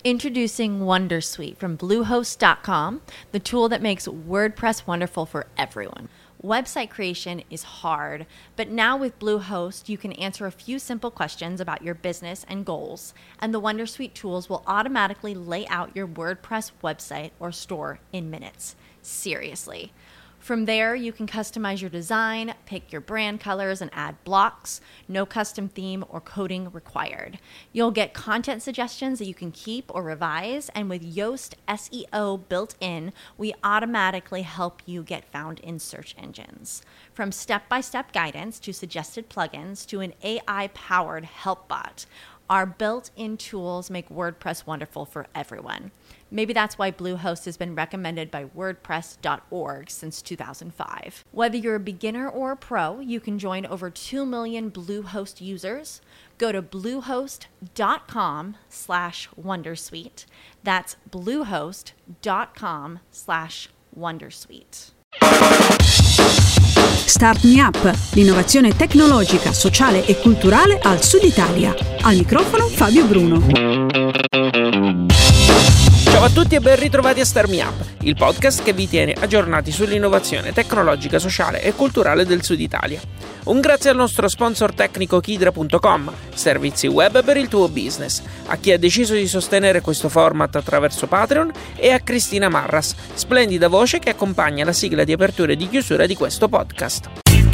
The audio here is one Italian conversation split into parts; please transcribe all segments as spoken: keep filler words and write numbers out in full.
Introducing Wondersuite from Bluehost dot com, the tool that makes WordPress wonderful for everyone. Website creation is hard, but now with Bluehost, you can answer a few simple questions about your business and goals, and the Wondersuite tools will automatically lay out your WordPress website or store in minutes. Seriously. From there, you can customize your design, pick your brand colors, and add blocks. No custom theme or coding required. You'll get content suggestions that you can keep or revise, and with Yoast S E O built in, we automatically help you get found in search engines. From step-by-step guidance to suggested plugins to an A I-powered help bot, our built-in tools make WordPress wonderful for everyone. Maybe that's why Bluehost has been recommended by WordPress dot org since two thousand five. Whether you're a beginner or a pro, you can join over two million Bluehost users. Go to bluehost dot com slash wondersuite. That's bluehost dot com slash wondersuite. Start Me Up, l'innovazione tecnologica, sociale e culturale al Sud Italia. Al microfono Fabio Bruno. Ciao a tutti e ben ritrovati a Start Me Up, il podcast che vi tiene aggiornati sull'innovazione tecnologica, sociale e culturale del Sud Italia. Un grazie al nostro sponsor tecnico Kidra punto com, servizi web per il tuo business, a chi ha deciso di sostenere questo format attraverso Patreon e a Cristina Marras, splendida voce che accompagna la sigla di apertura e di chiusura di questo podcast.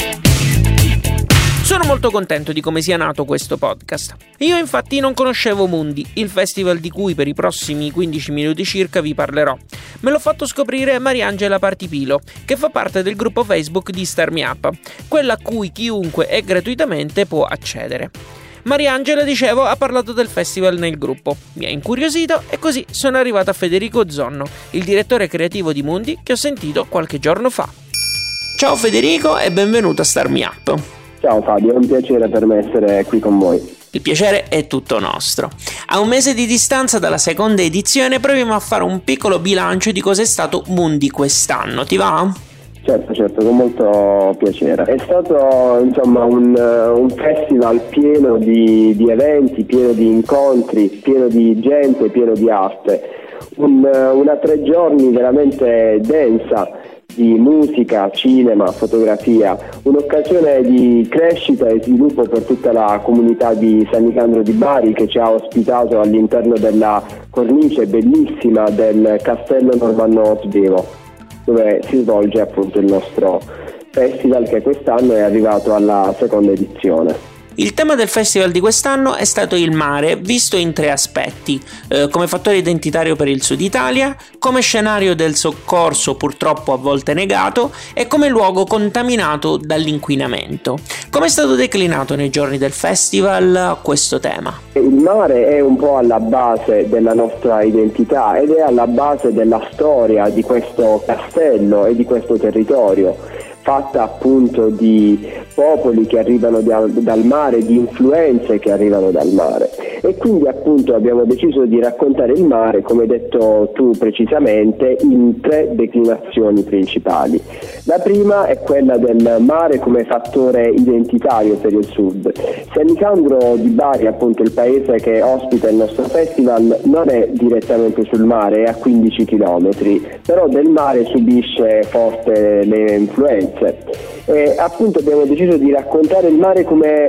Sono molto contento di come sia nato questo podcast. Io infatti non conoscevo Mundi, il festival di cui per i prossimi quindici minuti circa vi parlerò. Me l'ho fatto scoprire Mariangela Partipilo, che fa parte del gruppo Facebook di Start Me Up, quella a cui chiunque e gratuitamente può accedere. Mariangela, dicevo, ha parlato del festival nel gruppo, mi ha incuriosito e così sono arrivato a Federico Zonno, il direttore creativo di Mundi, che ho sentito qualche giorno fa. Ciao Federico e benvenuto a Start Me Up. Ciao Fabio, è un piacere per me essere qui con voi. Il piacere è tutto nostro. A un mese di distanza dalla seconda edizione proviamo a fare un piccolo bilancio di cos'è stato Mundi quest'anno, ti va? Certo, certo, con molto piacere. È stato insomma un, un festival pieno di, di eventi, pieno di incontri, pieno di gente, pieno di arte. Un, una tre giorni veramente densa di musica, cinema, fotografia, un'occasione di crescita e sviluppo per tutta la comunità di San Nicandro di Bari, che ci ha ospitato all'interno della cornice bellissima del Castello Normanno Svevo, dove si svolge appunto il nostro festival, che quest'anno è arrivato alla seconda edizione. Il tema del festival di quest'anno è stato il mare, visto in tre aspetti: eh, come fattore identitario per il Sud Italia, come scenario del soccorso purtroppo a volte negato e come luogo contaminato dall'inquinamento. Come è stato declinato nei giorni del festival questo tema? Il mare è un po' alla base della nostra identità ed è alla base della storia di questo castello e di questo territorio, fatta appunto di popoli che arrivano da, dal mare, di influenze che arrivano dal mare, e quindi appunto abbiamo deciso di raccontare il mare, come hai detto tu precisamente, in tre declinazioni principali. La prima è quella del mare come fattore identitario per il sud. San Nicandro di Bari, appunto il paese che ospita il nostro festival, non è direttamente sul mare, è a quindici chilometri, però del mare subisce forte le influenze. E appunto abbiamo deciso di raccontare il mare come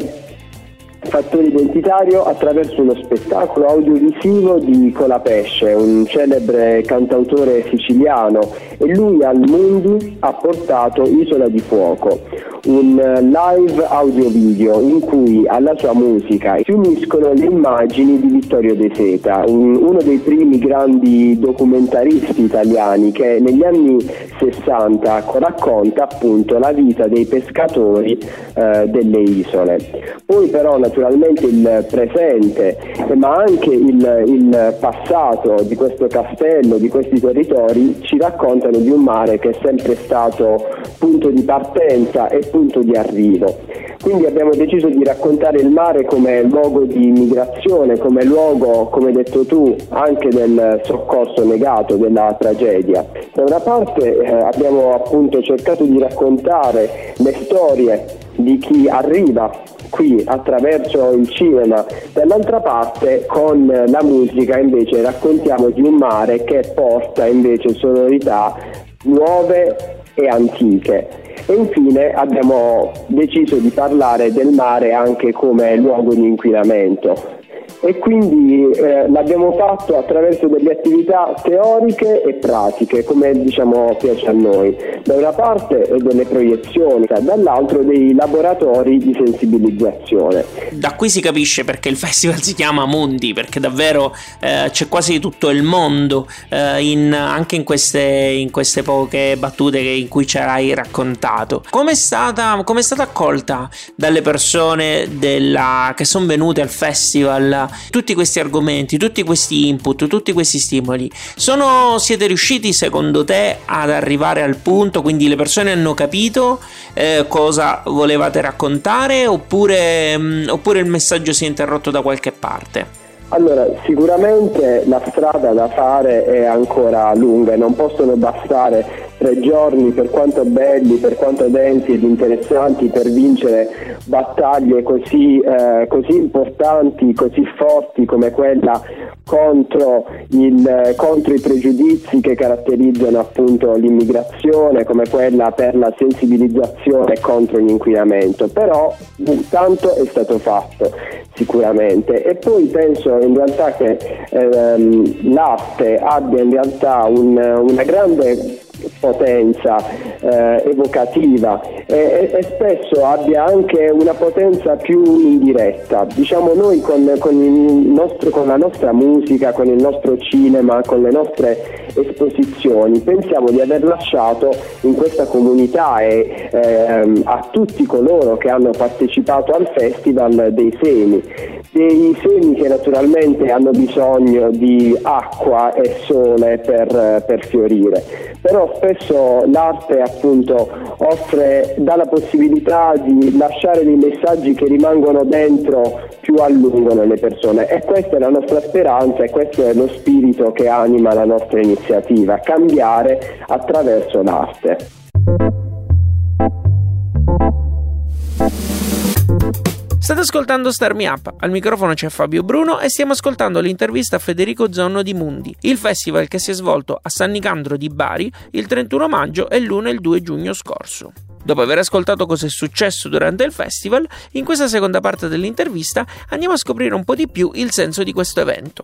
fattore identitario attraverso uno spettacolo audiovisivo di Colapesce, un celebre cantautore siciliano, e lui al Mundi ha portato Isola di Fuoco, un live audio video in cui alla sua musica si uniscono le immagini di Vittorio De Seta, un, uno dei primi grandi documentaristi italiani che negli anni sessanta racconta appunto la vita dei pescatori eh, delle isole. Poi però naturalmente il presente, ma anche il, il passato di questo castello, di questi territori, ci raccontano di un mare che è sempre stato punto di partenza e punto di arrivo. Quindi abbiamo deciso di raccontare il mare come luogo di migrazione, come luogo, come hai detto tu, anche del soccorso negato, della tragedia. Da una parte eh, abbiamo appunto cercato di raccontare le storie di chi arriva qui attraverso il cinema, dall'altra parte con la musica invece raccontiamo di un mare che porta invece sonorità nuove e antiche. E infine abbiamo deciso di parlare del mare anche come luogo di inquinamento. E quindi eh, l'abbiamo fatto attraverso delle attività teoriche e pratiche, come diciamo piace a noi. Da una parte delle proiezioni, dall'altro dei laboratori di sensibilizzazione. Da qui si capisce perché il festival si chiama Mondi, perché davvero eh, c'è quasi tutto il mondo eh, in, anche in queste, in queste poche battute che, in cui ci hai raccontato. Com'è stata, com'è stata accolta dalle persone della, che sono venute al festival tutti questi argomenti, tutti questi input, tutti questi stimoli? Sono, siete riusciti secondo te ad arrivare al punto, quindi le persone hanno capito eh, cosa volevate raccontare, oppure, mh, oppure il messaggio si è interrotto da qualche parte? Allora, sicuramente la strada da fare è ancora lunga e non possono bastare tre giorni, per quanto belli, per quanto densi ed interessanti, per vincere battaglie così, eh, così importanti, così forti come quella contro, il, contro i pregiudizi che caratterizzano appunto l'immigrazione, come quella per la sensibilizzazione contro l'inquinamento. Però tanto è stato fatto sicuramente, e poi penso in realtà che ehm, l'arte abbia in realtà un, una grande potenza eh, evocativa e, e spesso abbia anche una potenza più indiretta. Diciamo, noi con, con, il nostro, con la nostra musica, con il nostro cinema, con le nostre esposizioni pensiamo di aver lasciato in questa comunità e ehm, a tutti coloro che hanno partecipato al festival dei semi dei semi che naturalmente hanno bisogno di acqua e sole per, per fiorire. Però spesso l'arte appunto offre, dà la possibilità di lasciare dei messaggi che rimangono dentro più a lungo nelle persone, e questa è la nostra speranza e questo è lo spirito che anima la nostra iniziativa: cambiare attraverso l'arte. State ascoltando Start Me Up, al microfono c'è Fabio Bruno e stiamo ascoltando l'intervista a Federico Zonno di Mundi, il festival che si è svolto a San Nicandro di Bari il trentuno maggio e l'uno e il due giugno scorso. Dopo aver ascoltato cosa è successo durante il festival, in questa seconda parte dell'intervista andiamo a scoprire un po' di più il senso di questo evento.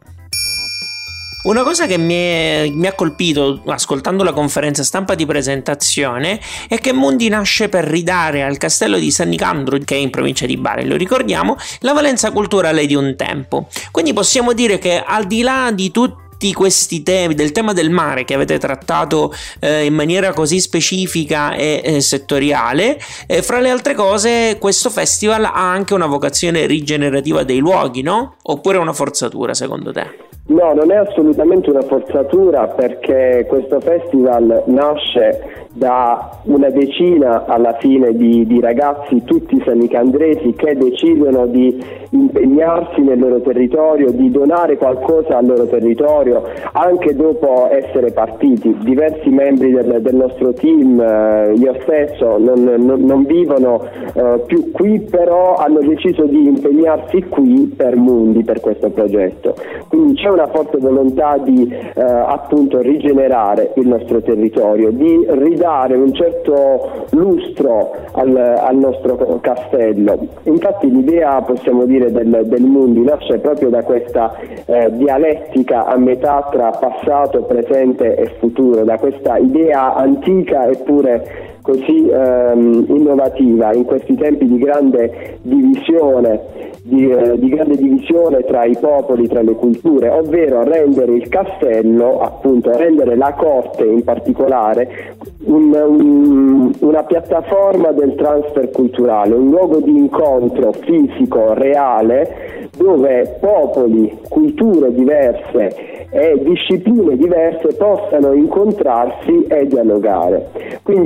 Una cosa che mi, è, mi ha colpito ascoltando la conferenza stampa di presentazione è che Mundi nasce per ridare al castello di San Nicandro, che è in provincia di Bari, lo ricordiamo, la valenza culturale di un tempo. Quindi possiamo dire che al di là di tutti tutti questi temi, del tema del mare che avete trattato eh, in maniera così specifica e eh, settoriale, eh, fra le altre cose questo festival ha anche una vocazione rigenerativa dei luoghi, no? Oppure una forzatura secondo te? No, non è assolutamente una forzatura, perché questo festival nasce da una decina alla fine di, di ragazzi, tutti sannicandresi, che decidono di impegnarsi nel loro territorio, di donare qualcosa al loro territorio, anche dopo essere partiti. Diversi membri del, del nostro team, eh, io stesso, non, non, non vivono eh, più qui, però hanno deciso di impegnarsi qui per Mundi, per questo progetto. Quindi c'è una forte volontà di eh, appunto rigenerare il nostro territorio, di ridare un certo lustro al, al nostro castello. Infatti l'idea, possiamo dire, del, del Mundi nasce proprio da questa eh, dialettica a metà tra passato, presente e futuro, da questa idea antica eppure così ehm, innovativa in questi tempi di grande divisione, di, eh, di grande divisione tra i popoli, tra le culture, ovvero rendere il castello, appunto rendere la corte in particolare un, un, una piattaforma del transfer culturale, un luogo di incontro fisico, reale, dove popoli, culture diverse e discipline diverse possano incontrarsi e dialogare. Quindi in questo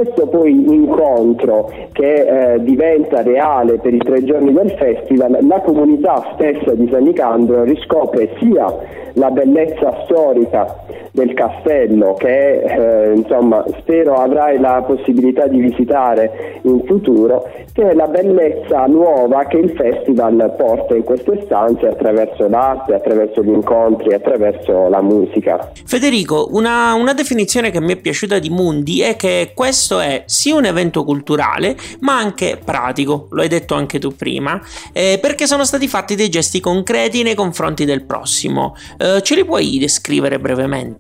questo poi incontro che eh, diventa reale per i tre giorni del festival, la comunità stessa di San Nicandro riscopre sia la bellezza storica del castello, che eh, insomma spero avrai la possibilità di visitare in futuro, che è la bellezza nuova che il festival porta in queste stanze attraverso l'arte, attraverso gli incontri, attraverso la musica. Federico, una, una definizione che mi è piaciuta di Mundi è che questo è sia un evento culturale ma anche pratico, lo hai detto anche tu prima, eh, perché sono stati fatti dei gesti concreti nei confronti del prossimo. Eh, ce li puoi descrivere brevemente?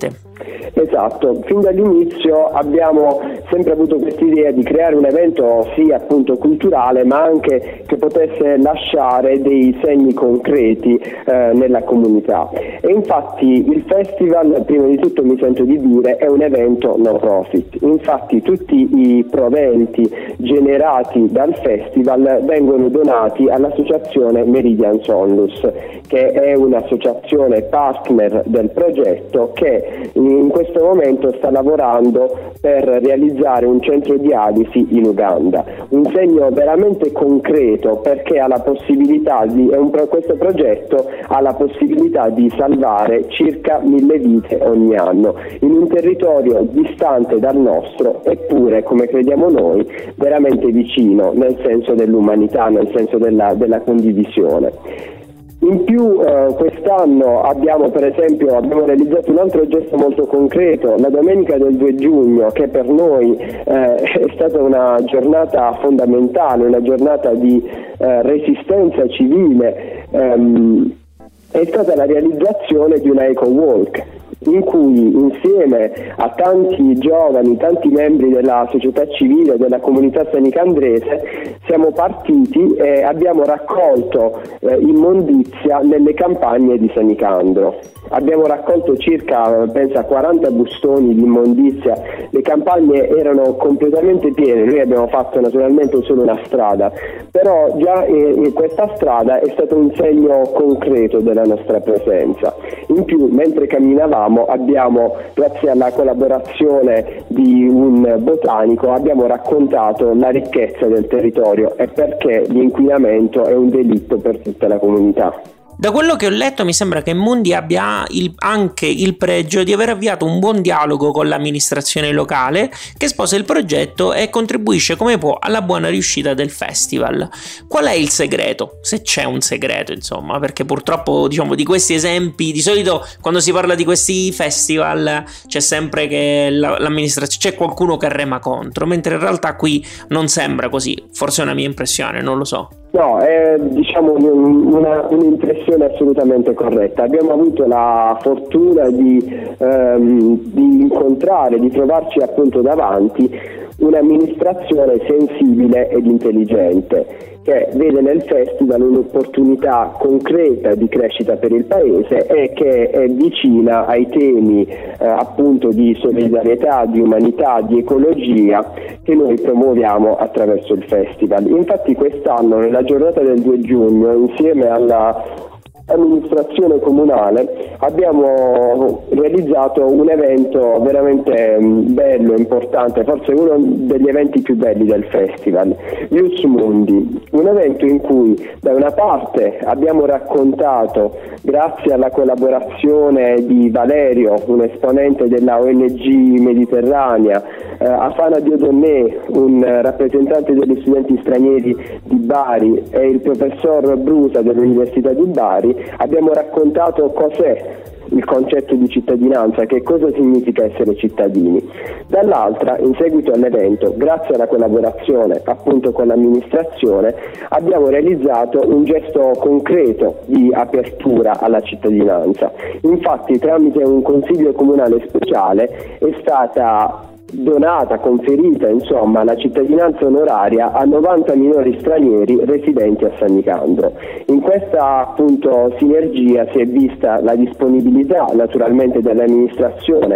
Esatto, fin dall'inizio abbiamo sempre avuto quest'idea di creare un evento sì appunto culturale, ma anche che potesse lasciare dei segni concreti eh, nella comunità. E infatti il festival, prima di tutto mi sento di dire, è un evento no profit. Infatti tutti i proventi generati dal festival vengono donati all'associazione Meridian Sonlus, che è un'associazione partner del progetto che in questo momento sta lavorando per realizzare un centro dialisi in Uganda, un segno veramente concreto, perché ha la possibilità di, è un, questo progetto ha la possibilità di salvare circa mille vite ogni anno in un territorio distante dal nostro, eppure, come crediamo noi, veramente vicino nel senso dell'umanità, nel senso della, della condivisione. In più eh, quest'anno abbiamo per esempio abbiamo realizzato un altro gesto molto concreto, la domenica del due giugno, che per noi eh, è stata una giornata fondamentale, una giornata di eh, resistenza civile, ehm, è stata la realizzazione di una Eco Walk, in cui insieme a tanti giovani, tanti membri della società civile, della comunità sanicandrese, siamo partiti e abbiamo raccolto eh, immondizia nelle campagne di San Nicandro. Abbiamo raccolto circa, penso, quaranta bustoni di immondizia, le campagne erano completamente piene, noi abbiamo fatto naturalmente solo una strada, però già eh, questa strada è stato un segno concreto della nostra presenza. In più, mentre camminavamo, abbiamo, grazie alla collaborazione di un botanico, abbiamo raccontato la ricchezza del territorio e perché l'inquinamento è un delitto per tutta la comunità. Da quello che ho letto mi sembra che Mundi abbia il, anche il pregio di aver avviato un buon dialogo con l'amministrazione locale, che sposa il progetto e contribuisce come può alla buona riuscita del festival. Qual è il segreto? Se c'è un segreto, insomma, perché purtroppo, diciamo, di questi esempi, di solito quando si parla di questi festival c'è sempre che la, l'amministrazione, c'è qualcuno che rema contro, mentre in realtà qui non sembra così. Forse è una mia impressione, non lo so. No, è diciamo una, un'impressione assolutamente corretta. Abbiamo avuto la fortuna di, ehm, di incontrare, di trovarci appunto davanti un'amministrazione sensibile ed intelligente, che vede nel festival un'opportunità concreta di crescita per il paese e che è vicina ai temi eh, appunto di solidarietà, di umanità, di ecologia che noi promuoviamo attraverso il festival. Infatti quest'anno, nella giornata del due giugno, insieme alla amministrazione comunale abbiamo realizzato un evento veramente bello, importante, forse uno degli eventi più belli del festival, Ius Mundi, un evento in cui da una parte abbiamo raccontato, grazie alla collaborazione di Valerio, un esponente della O N G Mediterranea, eh, Afana Diodonnè, un rappresentante degli studenti stranieri di Bari, e il professor Brusa dell'Università di Bari, abbiamo raccontato cos'è il concetto di cittadinanza, che cosa significa essere cittadini. Dall'altra, in seguito all'evento, grazie alla collaborazione appunto con l'amministrazione, abbiamo realizzato un gesto concreto di apertura alla cittadinanza. Infatti, tramite un consiglio comunale speciale è stata donata, conferita insomma la cittadinanza onoraria a novanta minori stranieri residenti a San Nicandro. In questa appunto sinergia si è vista la disponibilità naturalmente dell'amministrazione,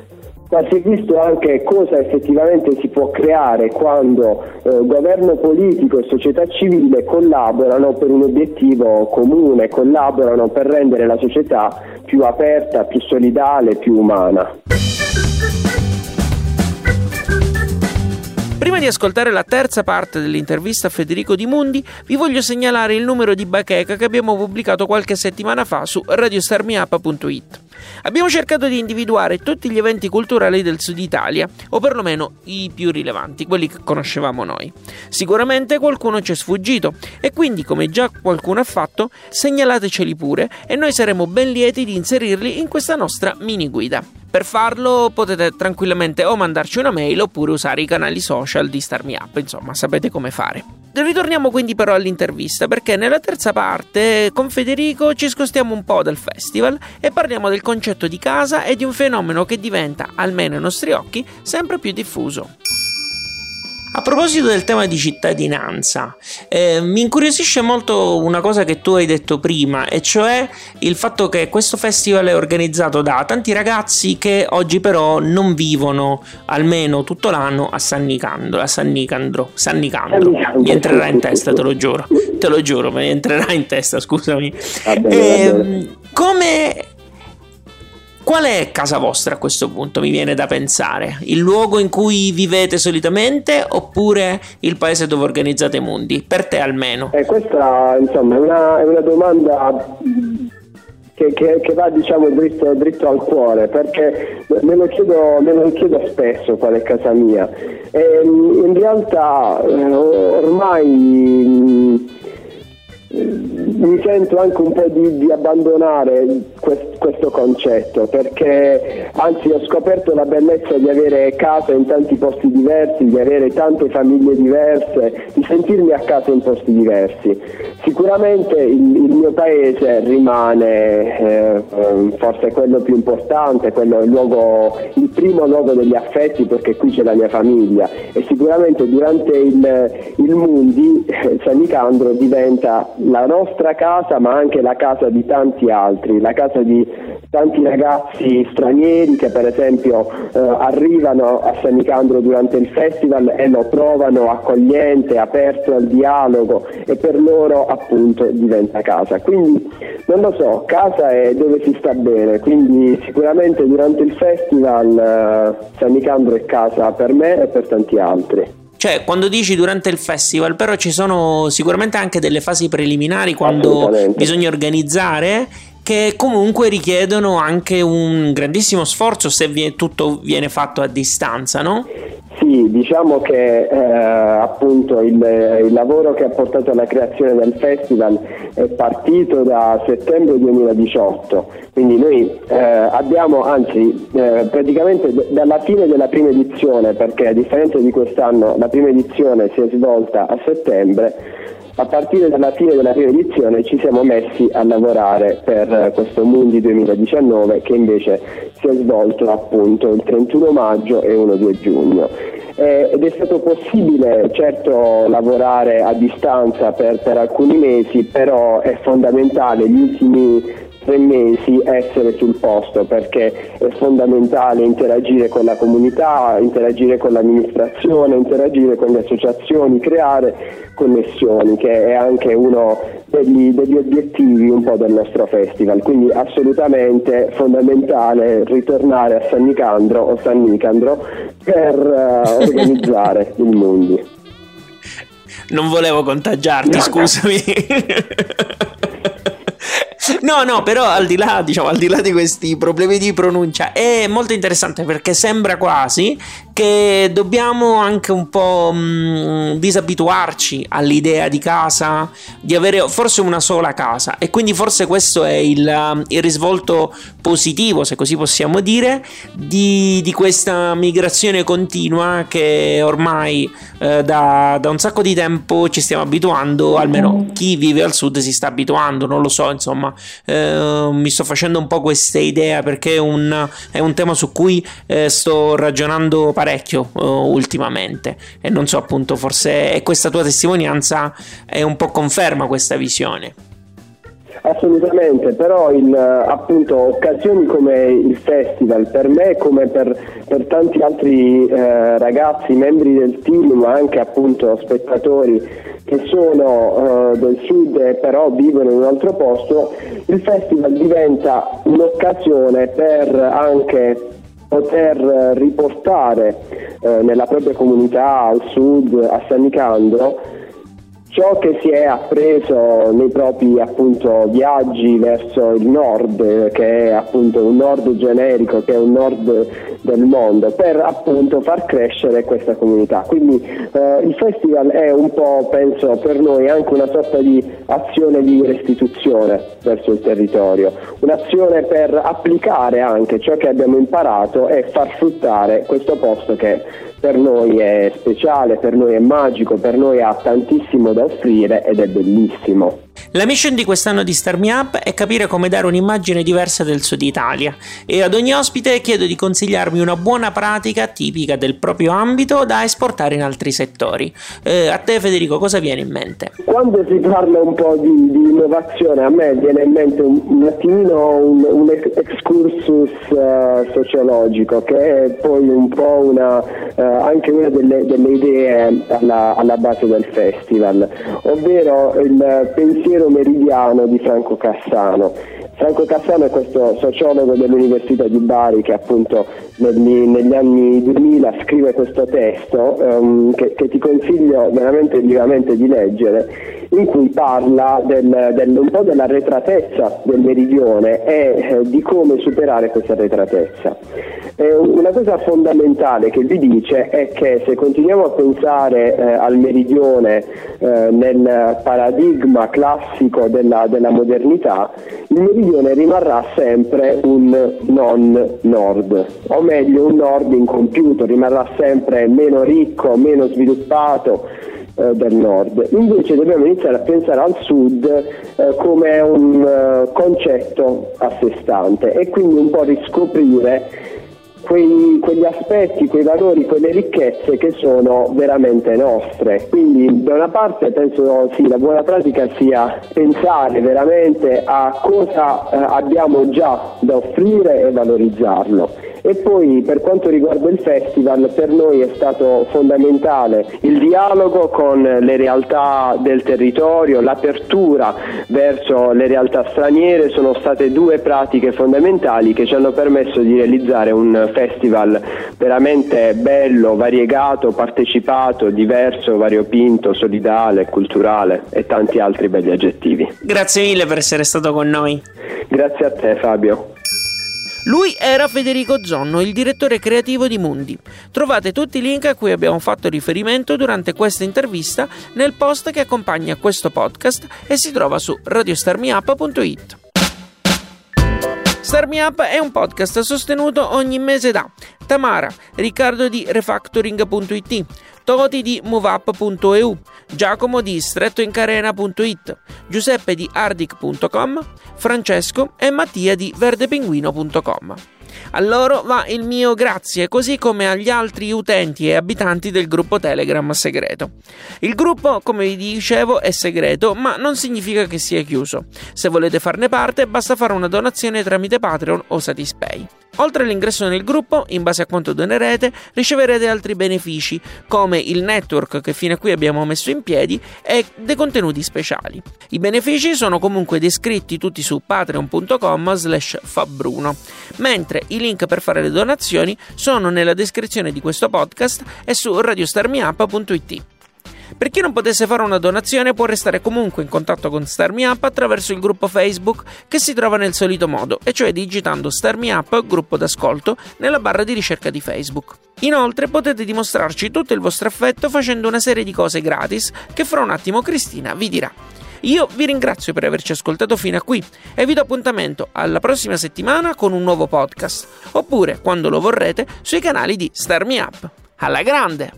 ma si è visto anche cosa effettivamente si può creare quando eh, governo politico e società civile collaborano per un obiettivo comune, collaborano per rendere la società più aperta, più solidale, più umana. Prima di ascoltare la terza parte dell'intervista a Federico Di Mundi, vi voglio segnalare il numero di bacheca che abbiamo pubblicato qualche settimana fa su radio star me up punto it. Abbiamo cercato di individuare tutti gli eventi culturali del Sud Italia, o perlomeno i più rilevanti, quelli che conoscevamo noi. Sicuramente qualcuno ci è sfuggito e quindi, come già qualcuno ha fatto, segnalateceli pure e noi saremo ben lieti di inserirli in questa nostra mini guida. Per farlo potete tranquillamente o mandarci una mail oppure usare i canali social di Star Me Up, insomma sapete come fare. Ritorniamo quindi però all'intervista, perché nella terza parte con Federico ci spostiamo un po' dal festival e parliamo del concetto di casa e di un fenomeno che diventa, almeno ai nostri occhi, sempre più diffuso. A proposito del tema di cittadinanza, eh, mi incuriosisce molto una cosa che tu hai detto prima, e cioè il fatto che questo festival è organizzato da tanti ragazzi che oggi però non vivono almeno tutto l'anno a San Nicandro, a San Nicandro, San Nicandro. Mi entrerà in testa, te lo giuro, te lo giuro, mi entrerà in testa, scusami. Eh, come... Qual è casa vostra a questo punto, mi viene da pensare? Il luogo in cui vivete solitamente oppure il paese dove organizzate Mundi? Per te almeno. Eh, questa insomma è una, è una domanda che, che, che va diciamo dritto, dritto al cuore, perché me lo chiedo, me lo chiedo spesso qual è casa mia. E in realtà eh, ormai mi sento anche un po' di, di abbandonare quest, questo concetto, perché anzi ho scoperto la bellezza di avere casa in tanti posti diversi, di avere tante famiglie diverse, di sentirmi a casa in posti diversi. Sicuramente il, il mio paese rimane eh, forse quello più importante, quello il luogo, il primo luogo degli affetti, perché qui c'è la mia famiglia, e sicuramente durante il, il Mundi eh, San Nicandro diventa la nostra casa, ma anche la casa di tanti altri, la casa di tanti ragazzi stranieri che per esempio eh, arrivano a San Nicandro durante il festival e lo trovano accogliente, aperto al dialogo, e per loro appunto diventa casa. Quindi non lo so, casa è dove si sta bene, quindi sicuramente durante il festival eh, San Nicandro è casa per me e per tanti altri. Cioè, quando dici durante il festival, però ci sono sicuramente anche delle fasi preliminari quando bisogna organizzare, che comunque richiedono anche un grandissimo sforzo se viene, tutto viene fatto a distanza, no? Sì, diciamo che eh, appunto il, il lavoro che ha portato alla creazione del festival è partito da settembre duemiladiciotto, quindi noi eh, abbiamo, anzi eh, praticamente d- dalla fine della prima edizione, perché a differenza di quest'anno la prima edizione si è svolta a settembre, a partire dalla fine della prima edizione ci siamo messi a lavorare per questo Mundi duemiladiciannove, che invece si è svolto appunto il trentuno maggio e uno due giugno. Eh, ed è stato possibile certo lavorare a distanza per, per alcuni mesi, però è fondamentale gli ultimi tre mesi essere sul posto, perché è fondamentale interagire con la comunità, interagire con l'amministrazione, interagire con le associazioni, creare connessioni, che è anche uno degli, degli obiettivi un po' del nostro festival. Quindi assolutamente fondamentale ritornare a San Nicandro o San Nicandro per uh, organizzare il Mundi. Non volevo contagiarti, scusami. No, no, però al di là, diciamo, al di là di questi problemi di pronuncia, è molto interessante, perché sembra quasi che dobbiamo anche un po' mh, disabituarci all'idea di casa, di avere forse una sola casa, e quindi forse questo è il, il risvolto positivo, se così possiamo dire, di, di questa migrazione continua che ormai eh, da, da un sacco di tempo ci stiamo abituando, almeno chi vive al sud si sta abituando, non lo so, insomma. Uh, mi sto facendo un po' questa idea, perché è un, è un tema su cui eh, sto ragionando parecchio uh, ultimamente, e non so, appunto, forse è questa tua testimonianza è un po' conferma questa visione. Assolutamente, però il, appunto occasioni come il festival per me, come per, per tanti altri eh, ragazzi, membri del team, ma anche appunto spettatori che sono uh, del sud e però vivono in un altro posto, il festival diventa un'occasione per anche poter riportare eh, nella propria comunità al sud, a San Nicandro, ciò che si è appreso nei propri appunto viaggi verso il nord, che è appunto un nord generico, che è un nord del mondo, per appunto far crescere questa comunità. Quindi eh, il festival è un po', penso, per noi anche una sorta di azione di restituzione verso il territorio, un'azione per applicare anche ciò che abbiamo imparato e far fruttare questo posto che per noi è speciale, per noi è magico, per noi ha tantissimo da offrire ed è bellissimo. La mission di quest'anno di Start Me Up è capire come dare un'immagine diversa del Sud Italia, e ad ogni ospite chiedo di consigliarmi una buona pratica tipica del proprio ambito da esportare in altri settori. Eh, a te, Federico, cosa viene in mente? Quando si parla un po' di, di innovazione, a me viene in mente un, un attimino un, un excursus uh, sociologico, che è poi un po' una, uh, anche una delle, delle idee alla, alla base del festival, ovvero il pensiero meridiano di Franco Cassano. Franco Cassano è questo sociologo dell'Università di Bari che appunto negli, negli anni duemila scrive questo testo um, che, che ti consiglio veramente vivamente di leggere, in cui parla del, del, un po' dell'arretratezza del meridione e eh, di come superare questa arretratezza. Eh, una cosa fondamentale che vi dice è che se continuiamo a pensare eh, al meridione eh, nel paradigma classico della, della modernità, il meridione rimarrà sempre un non nord, o meglio un nord incompiuto, rimarrà sempre meno ricco, meno sviluppato eh, del nord. Invece dobbiamo iniziare a pensare al sud eh, come un uh, concetto a sé stante e quindi un po' riscoprire Quei, quegli aspetti, quei valori, quelle ricchezze che sono veramente nostre. Quindi da una parte penso sì, la buona pratica sia pensare veramente a cosa eh, abbiamo già da offrire e valorizzarlo. E poi per quanto riguarda il festival, per noi è stato fondamentale il dialogo con le realtà del territorio, l'apertura verso le realtà straniere. Sono state due pratiche fondamentali che ci hanno permesso di realizzare un festival veramente bello, variegato, partecipato, diverso, variopinto, solidale, culturale e tanti altri belli aggettivi. Grazie mille per essere stato con noi. Grazie a te, Fabio. Lui era Federico Zonno, il direttore creativo di Mundi. Trovate tutti i link a cui abbiamo fatto riferimento durante questa intervista nel post che accompagna questo podcast e si trova su radio star me up punto it. Start Me Up è un podcast sostenuto ogni mese da Tamara, Riccardo di refactoring punto it, Toti di moveup punto e u, Giacomo di strettoincarena punto it, Giuseppe di ardic punto com, Francesco e Mattia di verdepinguino punto com. A loro va il mio grazie, così come agli altri utenti e abitanti del gruppo Telegram segreto. Il gruppo, come vi dicevo, è segreto, ma non significa che sia chiuso. Se volete farne parte, basta fare una donazione tramite Patreon o Satispay. Oltre all'ingresso nel gruppo, in base a quanto donerete, riceverete altri benefici, come il network che fino a qui abbiamo messo in piedi e dei contenuti speciali. I benefici sono comunque descritti tutti su patreon punto com slash fabbruno, mentre i link per fare le donazioni sono nella descrizione di questo podcast e su radio star me up punto it. Per chi non potesse fare una donazione può restare comunque in contatto con Start Me Up attraverso il gruppo Facebook che si trova nel solito modo, e cioè digitando Start Me Up gruppo d'ascolto nella barra di ricerca di Facebook. Inoltre potete dimostrarci tutto il vostro affetto facendo una serie di cose gratis che fra un attimo Cristina vi dirà. Io vi ringrazio per averci ascoltato fino a qui e vi do appuntamento alla prossima settimana con un nuovo podcast, oppure, quando lo vorrete, sui canali di Start Me Up. Alla grande!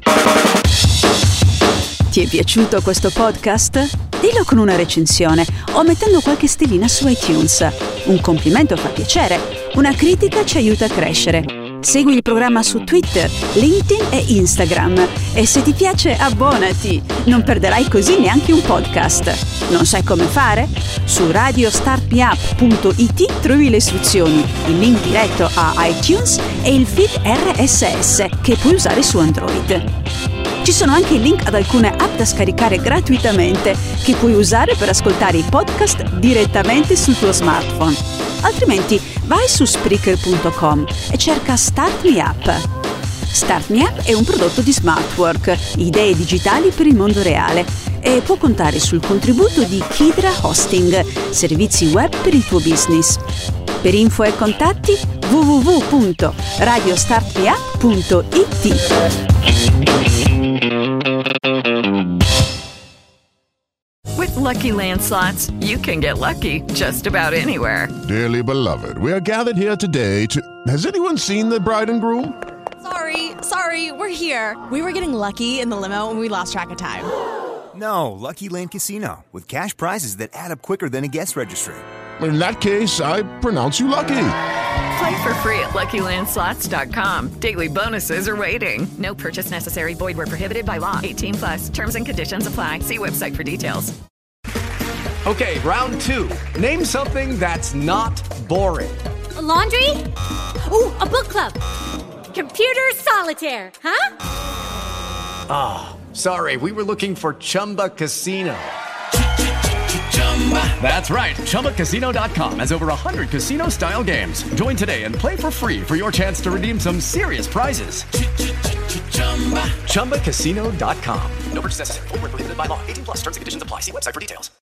Ti è piaciuto questo podcast? Dillo con una recensione o mettendo qualche stellina su iTunes. Un complimento fa piacere, una critica ci aiuta a crescere. Segui il programma su Twitter, LinkedIn e Instagram e se ti piace abbonati, non perderai così neanche un podcast. Non sai come fare? Su radio start me up punto it trovi le istruzioni, il link diretto a iTunes e il feed R S S che puoi usare su Android. Ci sono anche i link ad alcune app da scaricare gratuitamente che puoi usare per ascoltare i podcast direttamente sul tuo smartphone. Altrimenti vai su Spreaker punto com e cerca Start Me Up. Start Me Up è un prodotto di Smartwork, idee digitali per il mondo reale, e può contare sul contributo di Kidra Hosting, servizi web per il tuo business. Per info e contatti w w w punto radio start me up punto i t. With Lucky Land Slots, you can get lucky just about anywhere. Dearly beloved, we are gathered here today to... Has anyone seen the bride and groom? Sorry, sorry, we're here. We were getting lucky in the limo and we lost track of time. No, Lucky Land Casino, with cash prizes that add up quicker than a guest registry. In that case, I pronounce you lucky. Play for free at lucky land slots dot com. Daily bonuses are waiting. No purchase necessary. Void where prohibited by law. eighteen plus. Terms and conditions apply. See website for details. Okay, round two. Name something that's not boring. A laundry? Ooh, a book club. Computer solitaire, huh? Ah, oh, sorry. We were looking for Chumba Casino. That's right. Chumba Casino dot com has over one hundred casino-style games. Join today and play for free for your chance to redeem some serious prizes. Chumba Casino dot com. No purchase necessary. Void where prohibited by law. eighteen plus. Terms and conditions apply. See website for details.